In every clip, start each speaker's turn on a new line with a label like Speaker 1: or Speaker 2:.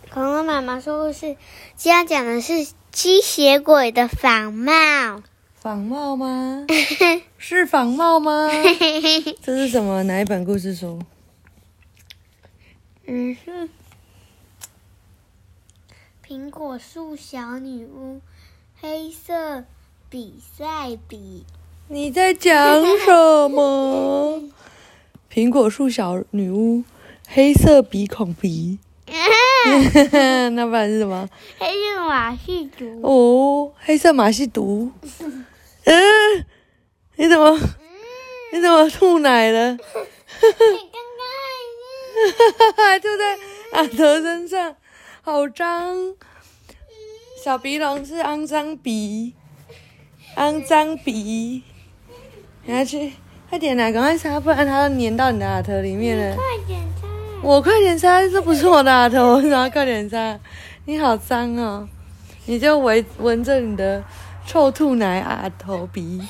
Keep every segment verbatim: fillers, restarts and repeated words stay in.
Speaker 1: 恐龙妈妈说故事，今天讲的是吸血鬼的仿冒。
Speaker 2: 仿冒吗？是仿冒吗？这是什么？哪一本故事书？
Speaker 1: 嗯，是苹果树小女巫黑色比赛比。
Speaker 2: 你在讲什么？苹果树小女巫黑色鼻孔鼻。那不然是什么？
Speaker 1: 黑色马戏族。
Speaker 2: 哦，黑色马戏毒。嗯，你怎么？你怎么吐奶了？
Speaker 1: 你刚刚
Speaker 2: 还吐在阿德身上，好脏！小鼻龙是肮脏鼻，肮脏鼻。你要去，快点来，赶快擦，不然它要粘到你的阿头里面了。
Speaker 1: 快点擦！
Speaker 2: 我快点擦，这不是我的阿头，我想要快点擦。你好脏哦，你就闻闻着你的臭兔奶阿头鼻，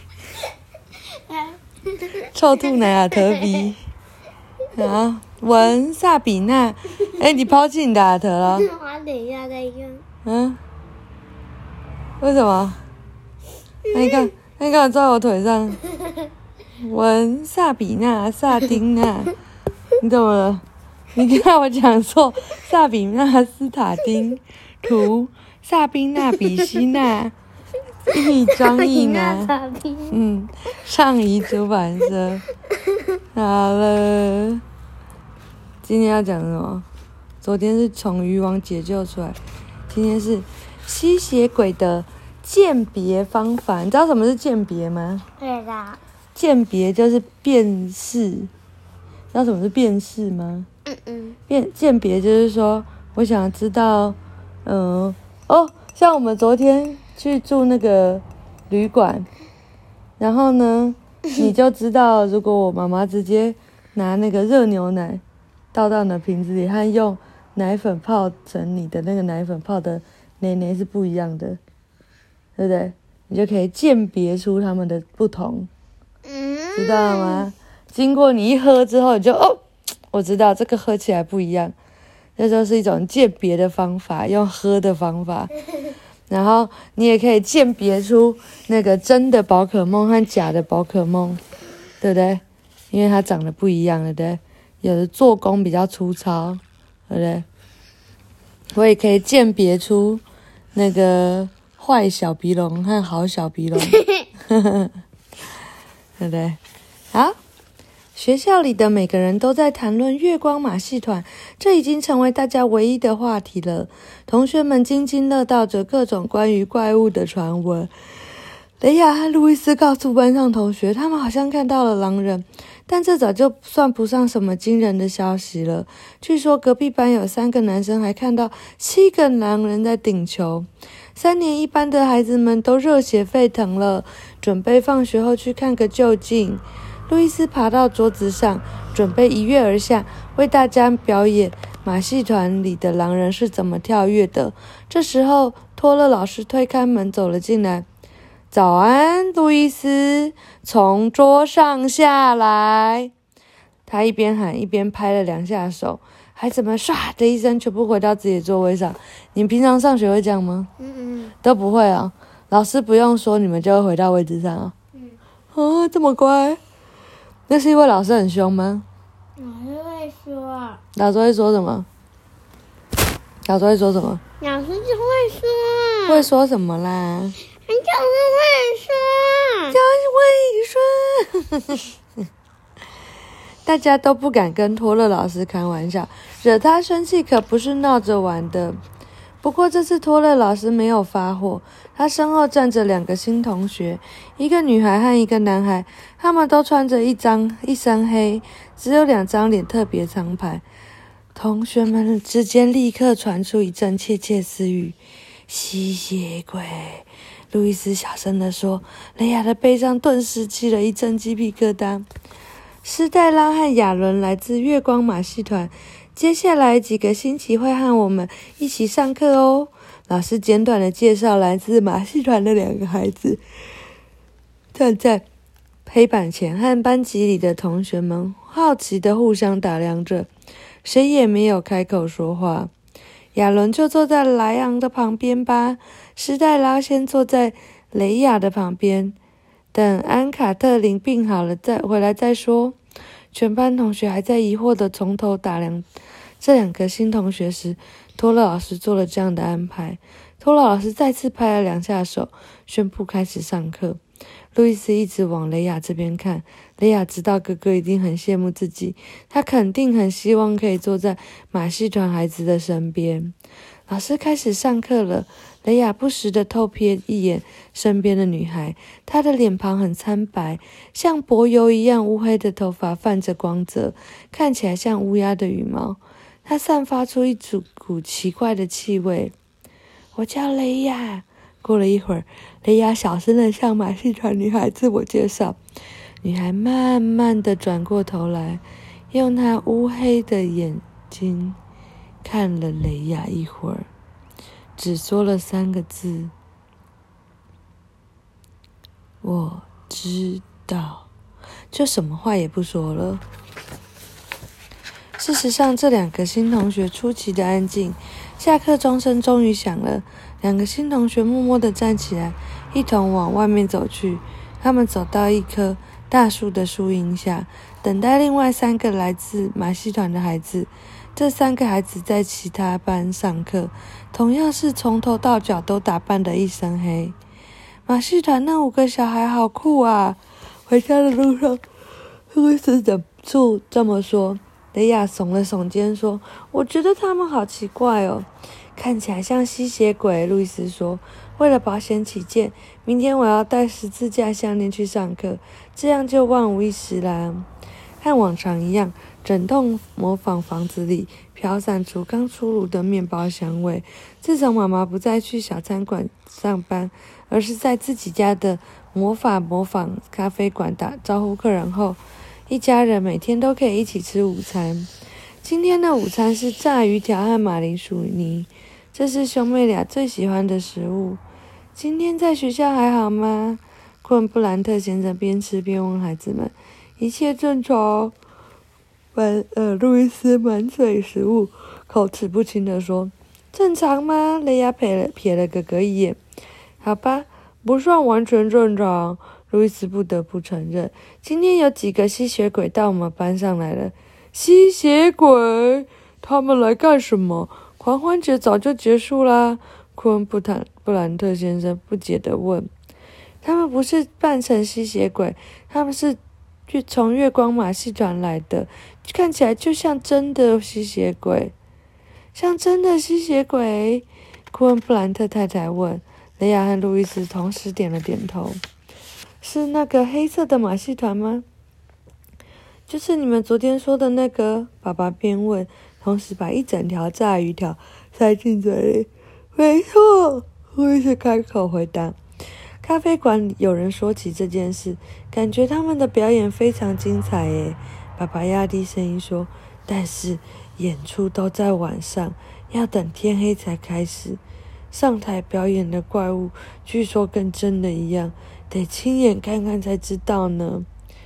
Speaker 2: 臭兔奶阿头鼻。好，闻萨比娜。哎，你抛弃你的阿头了？
Speaker 1: 我等一下再用。
Speaker 2: 嗯？为什么？那你看，那你干嘛坐在我腿上？闻萨比娜、萨丁娜，你怎么了？你看我讲错，萨比娜斯塔丁，图萨宾娜比希娜，译张译拿，嗯，上移出版社。好了，今天要讲什么？昨天是从渔网解救出来，今天是吸血鬼的鉴别方法。你知道什么是鉴别吗？
Speaker 1: 对的。
Speaker 2: 鉴别就是辨识，知道什么是辨识吗？
Speaker 1: 嗯嗯。
Speaker 2: 辨鉴别就是说，我想知道，嗯、呃，哦，像我们昨天去住那个旅馆，然后呢，你就知道，如果我妈妈直接拿那个热牛奶倒到你的瓶子里，和用奶粉泡成你的那个奶粉泡的奶奶是不一样的，对不对？你就可以鉴别出它们的不同。知道吗？经过你一喝之后，你就哦，我知道这个喝起来不一样，这就是一种鉴别的方法，用喝的方法。然后你也可以鉴别出那个真的宝可梦和假的宝可梦，对不对？因为它长得不一样，对不对？有的做工比较粗糙，对不对？我也可以鉴别出那个坏小鼻龙和好小鼻龙。对不对？好，学校里的每个人都在谈论月光马戏团，这已经成为大家唯一的话题了。同学们津津乐道着各种关于怪物的传闻。雷亚和路易斯告诉班上同学，他们好像看到了狼人，但这早就算不上什么惊人的消息了。据说隔壁班有三个男生还看到七个狼人在顶球。三年一班的孩子们都热血沸腾了，准备放学后去看个究竟。路易斯爬到桌子上，准备一跃而下，为大家表演马戏团里的狼人是怎么跳跃的。这时候，托勒老师推开门走了进来。早安，路易斯，从桌上下来。他一边喊一边拍了两下手。孩子们唰的一声全部回到自己的座位上。你们平常上学会这样吗？
Speaker 1: 嗯嗯。
Speaker 2: 都不会啊，老师不用说，你们就会回到位置上啊。嗯。哦，这么乖。那是因为老师很凶吗？
Speaker 1: 老师会说。
Speaker 2: 老师会说什么？老师会说什么？
Speaker 1: 老师就会说。
Speaker 2: 会说什么啦？
Speaker 1: 就是
Speaker 2: 会说。就是会说。大家都不敢跟托勒老师开玩笑，惹他生气可不是闹着玩的。不过这次托勒老师没有发火，他身后站着两个新同学，一个女孩和一个男孩，他们都穿着一张一身黑，只有两张脸特别苍白。同学们之间立刻传出一阵窃窃私语。吸血鬼，路易斯小声地说，雷亚的背上顿时起了一阵鸡皮疙瘩。施黛拉和亚伦来自月光马戏团，接下来几个星期会和我们一起上课哦。老师简短的介绍来自马戏团的两个孩子，站在黑板前和班级里的同学们好奇的互相打量着，谁也没有开口说话。 亚伦就坐在莱昂的旁边吧。施黛拉先坐在雷亚的旁边，等安卡特琳病好了再回来再说。全班同学还在疑惑的从头打量这两个新同学时，托勒老师做了这样的安排。托勒老师再次拍了两下手，宣布开始上课。路易斯一直往雷亚这边看，雷亚知道哥哥一定很羡慕自己，他肯定很希望可以坐在马戏团孩子的身边。老师开始上课了，雷亚不时地偷瞥一眼身边的女孩，她的脸庞很苍白，像柏油一样乌黑的头发泛着光泽，看起来像乌鸦的羽毛。她散发出一股股奇怪的气味。我叫雷亚。过了一会儿，雷亚小声地向马戏团女孩自我介绍。女孩慢慢地转过头来，用她乌黑的眼睛看了雷亚一会儿，只说了三个字：我知道，就什么话也不说了。事实上，这两个新同学出奇的安静。下课钟声终于响了，两个新同学默默地站起来，一同往外面走去。他们走到一棵大树的树荫下，等待另外三个来自马戏团的孩子。这三个孩子在其他班上课，同样是从头到脚都打扮得一身黑。马戏团那五个小孩好酷啊！回家的路上，路易斯忍不住这么说。雷亚耸了耸肩说：“我觉得他们好奇怪哦，看起来像吸血鬼。”路易斯说：“为了保险起见，明天我要带十字架项链去上课，这样就万无一失啦。”和往常一样，整栋模仿房子里飘散出刚出炉的面包香味。自从妈妈不再去小餐馆上班，而是在自己家的魔法模仿咖啡馆打招呼客人后，一家人每天都可以一起吃午餐。今天的午餐是炸鱼条和马铃薯泥，这是兄妹俩最喜欢的食物。今天在学校还好吗？昆布兰特先生边吃边问孩子们。一切正常。满呃，路易斯满嘴食物，口齿不清地说：“正常吗？”雷亚瞥了瞥了哥哥一眼。好吧，不算完全正常。路易斯不得不承认，今天有几个吸血鬼到我们班上来了。吸血鬼？他们来干什么？狂欢节早就结束啦。昆布坦布兰特先生不解地问。他们不是扮成吸血鬼，他们是从月光马戏团来的，看起来就像真的吸血鬼。像真的吸血鬼？昆布兰特太太问。雷亚和路易斯同时点了点头。是那个黑色的马戏团吗？就是你们昨天说的那个。爸爸边问，同时把一整条炸鱼条塞进嘴里。没错，路易斯开口回答。咖啡馆有人说起这件事，感觉他们的表演非常精彩耶。爸爸压低声音说，但是演出都在晚上，要等天黑才开始。上台表演的怪物据说跟真的一样，得亲眼看看才知道呢。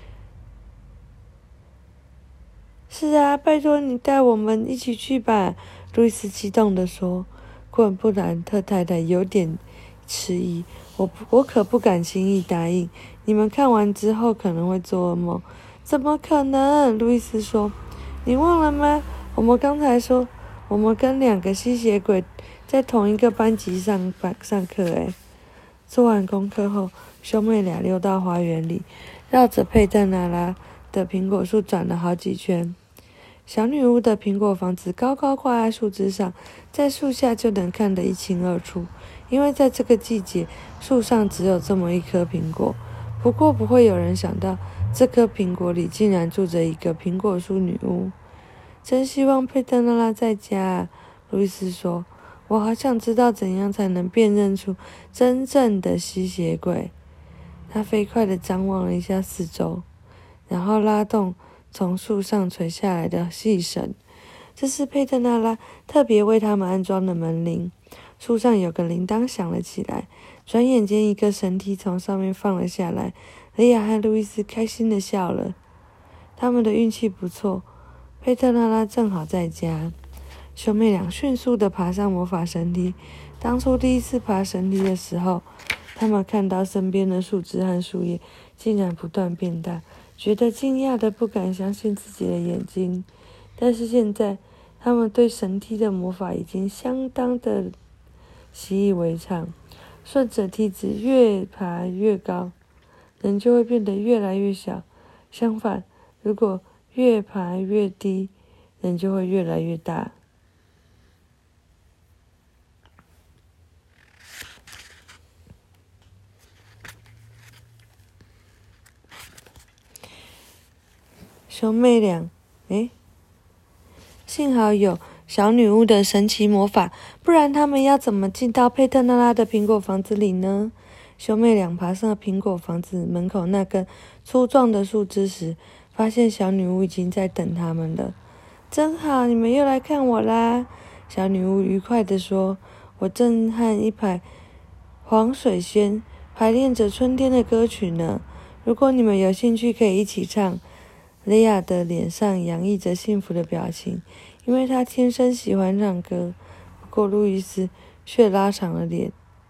Speaker 2: 是啊，拜托你带我们一起去吧，路易斯激动地说。昆布兰特太太有点迟疑，我我可不敢轻易答应，你们看完之后可能会做噩梦。怎么可能？路易斯说。你忘了吗？我们刚才说，我们跟两个吸血鬼在同一个班级上班上课诶。做完功课后，兄妹俩溜到花园里，绕着佩特纳拉的苹果树转了好几圈。小女巫的苹果房子高高挂在树枝上，在树下就能看得一清二楚。因为在这个季节，树上只有这么一颗苹果。不过不会有人想到，这颗苹果里竟然住着一个苹果树女巫。真希望佩特纳拉在家啊，路易斯说。我好想知道怎样才能辨认出真正的吸血鬼。他飞快地张望了一下四周，然后拉动从树上垂下来的细绳。这是佩特纳拉特别为他们安装的门铃。树上有个铃铛响了起来，转眼间一个绳梯从上面放了下来。雷亚和路易斯开心地笑了。他们的运气不错，佩特纳拉正好在家。 兄妹俩迅速地爬上魔法绳梯。当初第一次爬绳梯的时候，他们看到身边的树枝和树叶竟然不断变大，觉得惊讶的不敢相信自己的眼睛。但是现在，他们对绳梯的魔法已经相当的习以为常。顺着梯子越爬越高，人就会变得越来越小；相反，如果越爬越低，人就会越来越大。兄妹俩，诶，幸好有小女巫的神奇魔法，不然他们要怎么进到佩特娜拉的苹果房子里呢？兄妹俩爬上了苹果房子门口那根粗壮的树枝时，发现小女巫已经在等他们了。真好，你们又来看我啦！小女巫愉快地说：“我正和一排黄水仙排练着春天的歌曲呢。如果你们有兴趣，可以一起唱。”雷亚的脸上洋溢着幸福的表情，因为她天生喜欢唱歌。不过路易斯却拉长了脸。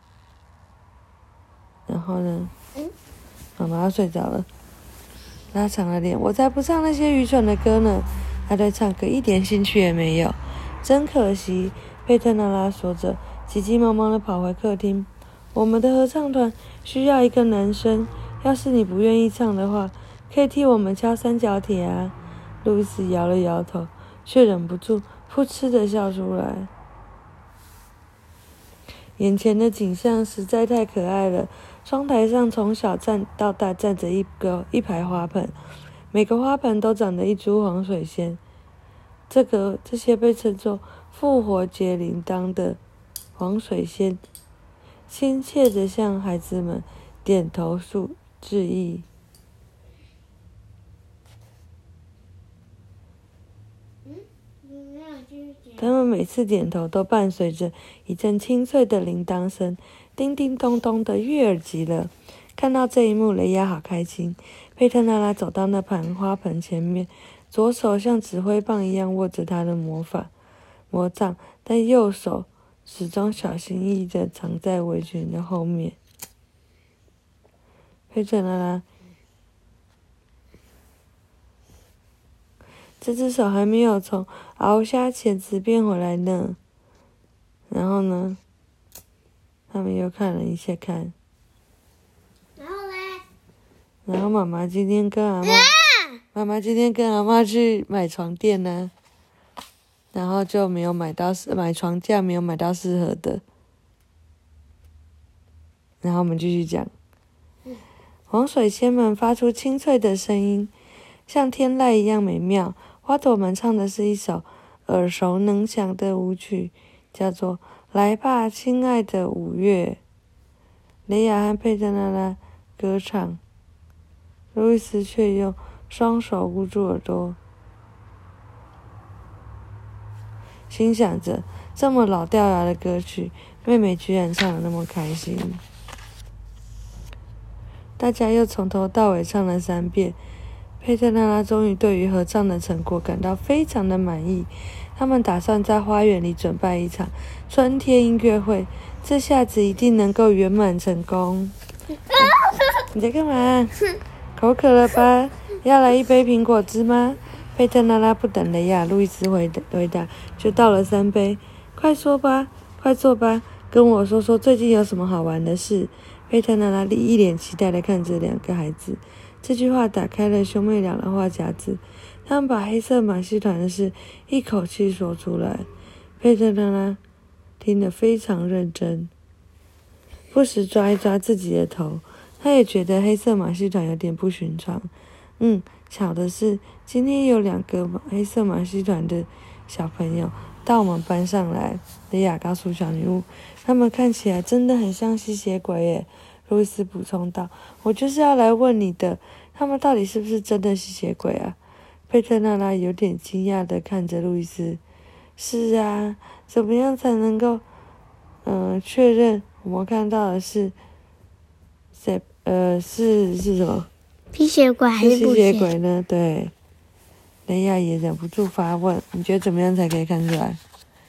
Speaker 2: 然后呢？妈妈要睡着了，拉长了脸。我才不唱那些愚蠢的歌呢！她对唱歌一点兴趣也没有，真可惜。佩特娜拉说着，急急忙忙地跑回客厅。我们的合唱团需要一个男生，要是你不愿意唱的话，可以替我们敲三角铁啊！路易斯摇了摇头，却忍不住噗嗤地笑出来。眼前的景象实在太可爱了。窗台上从小站到大站着一个一排花盆，每个花盆都长着一株黄水仙。这个这些被称作复活节铃铛的黄水仙，亲切地向孩子们点头致意。他们每次点头都伴随着一阵清脆的铃铛声，叮叮咚咚的，悦耳极了。看到这一幕，雷亚好开心。佩特娜拉走到那盘花盆前面，左手像指挥棒一样握着她的魔法魔杖，但右手始终小心翼翼地藏在围裙的后面。佩特娜拉这只手还没有从熬虾钳子变回来呢。然后呢，他们又看了一下看。
Speaker 1: 然后呢？
Speaker 2: 然后妈妈今天跟阿嬷，妈妈今天跟阿嬷去买床垫呢、啊，然后就没有买到买床架，没有买到适合的。然后我们继续讲，黄水仙们发出清脆的声音，像天籁一样美妙。花朵们唱的是一首耳熟能详的舞曲，叫做《来吧，亲爱的五月》。雷亚和佩特娜拉歌唱，路易斯却用双手捂住耳朵，心想着这么老掉牙的歌曲，妹妹居然唱得那么开心。大家又从头到尾唱了三遍。佩特娜拉终于对于合唱的成果感到非常的满意。他们打算在花园里准办一场春天音乐会，这下子一定能够圆满成功。你在干嘛？口渴了吧？要来一杯苹果汁吗？佩特娜拉不等雷亚，路易斯回回答，就倒了三杯。快说吧，快坐吧，跟我说说最近有什么好玩的事。佩特娜拉一脸期待地看着两个孩子。这句话打开了兄妹俩的话匣子，他们把黑色马戏团的事一口气说出来。佩特娜拉听得非常认真，不时抓一抓自己的头。他也觉得黑色马戏团有点不寻常。嗯，巧的是，今天有两个黑色马戏团的小朋友到我们班上来。雷亚告诉小女巫，他们看起来真的很像吸血鬼耶。路易斯补充道：“我就是要来问你的，他们到底是不是真的吸血鬼啊？”佩特娜拉有点惊讶地看着路易斯：“是啊，怎么样才能够，嗯、呃，确认我们看到的是，谁？呃，是是什么？
Speaker 1: 吸血鬼还是
Speaker 2: 吸血鬼呢？”对，雷亚也忍不住发问：“你觉得怎么样才可以看出来？”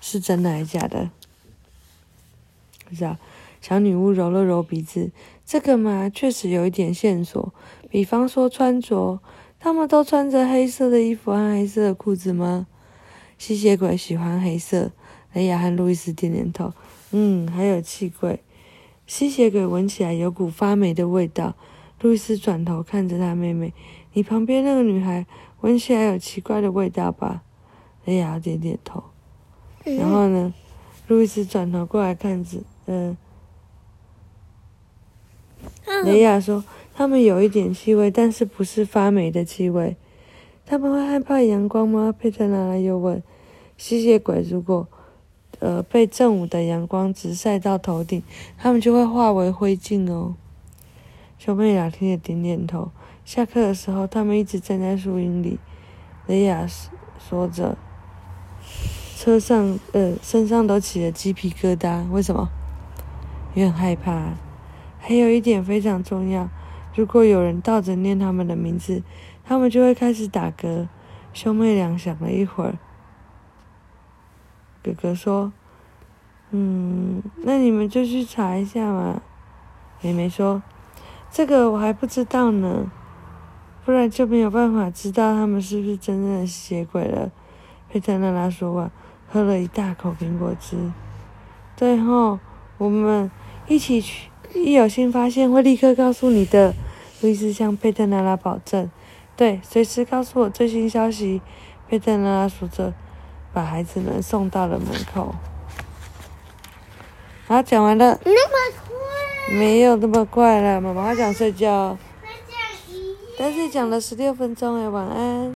Speaker 2: 是真的还是假的？不知道。小女巫揉了揉鼻子，这个嘛，确实有一点线索。比方说穿着，他们都穿着黑色的衣服和黑色的裤子吗？吸血鬼喜欢黑色。雷亚和路易斯点点头。嗯，还有气味。吸血鬼闻起来有股发霉的味道。路易斯转头看着他妹妹：“你旁边那个女孩闻起来有奇怪的味道吧？”雷亚点点头。然后呢，路易斯转头过来看着，嗯、呃，雷亚说：“他们有一点气味，但是不是发霉的气味。”他们会害怕阳光吗？佩特拉拉又问。吸血鬼如果呃被正午的阳光直晒到头顶，他们就会化为灰烬哦。兄妹俩听着点点头。下课的时候，他们一直站在树荫里。雷亚说着，车上呃身上都起了鸡皮疙瘩。为什么？因为很害怕啊。还有一点非常重要，如果有人倒着念他们的名字，他们就会开始打嗝。兄妹俩想了一会儿，哥哥说：“嗯，那你们就去查一下嘛。”妹妹说：“这个我还不知道呢，不然就没有办法知道他们是不是真正的吸血鬼了。”佩特拉拉说完，喝了一大口苹果汁。最后，我们一起去，一有新发现会立刻告诉你的。路易斯向佩特拉拉保证。对，随时告诉我最新消息。佩特拉拉说着，把孩子们送到了门口。好，讲完了。
Speaker 1: 那么快？
Speaker 2: 没有那么快了，妈妈想睡觉。
Speaker 1: 那这样一样。
Speaker 2: 但是讲了十六分钟哎，晚安。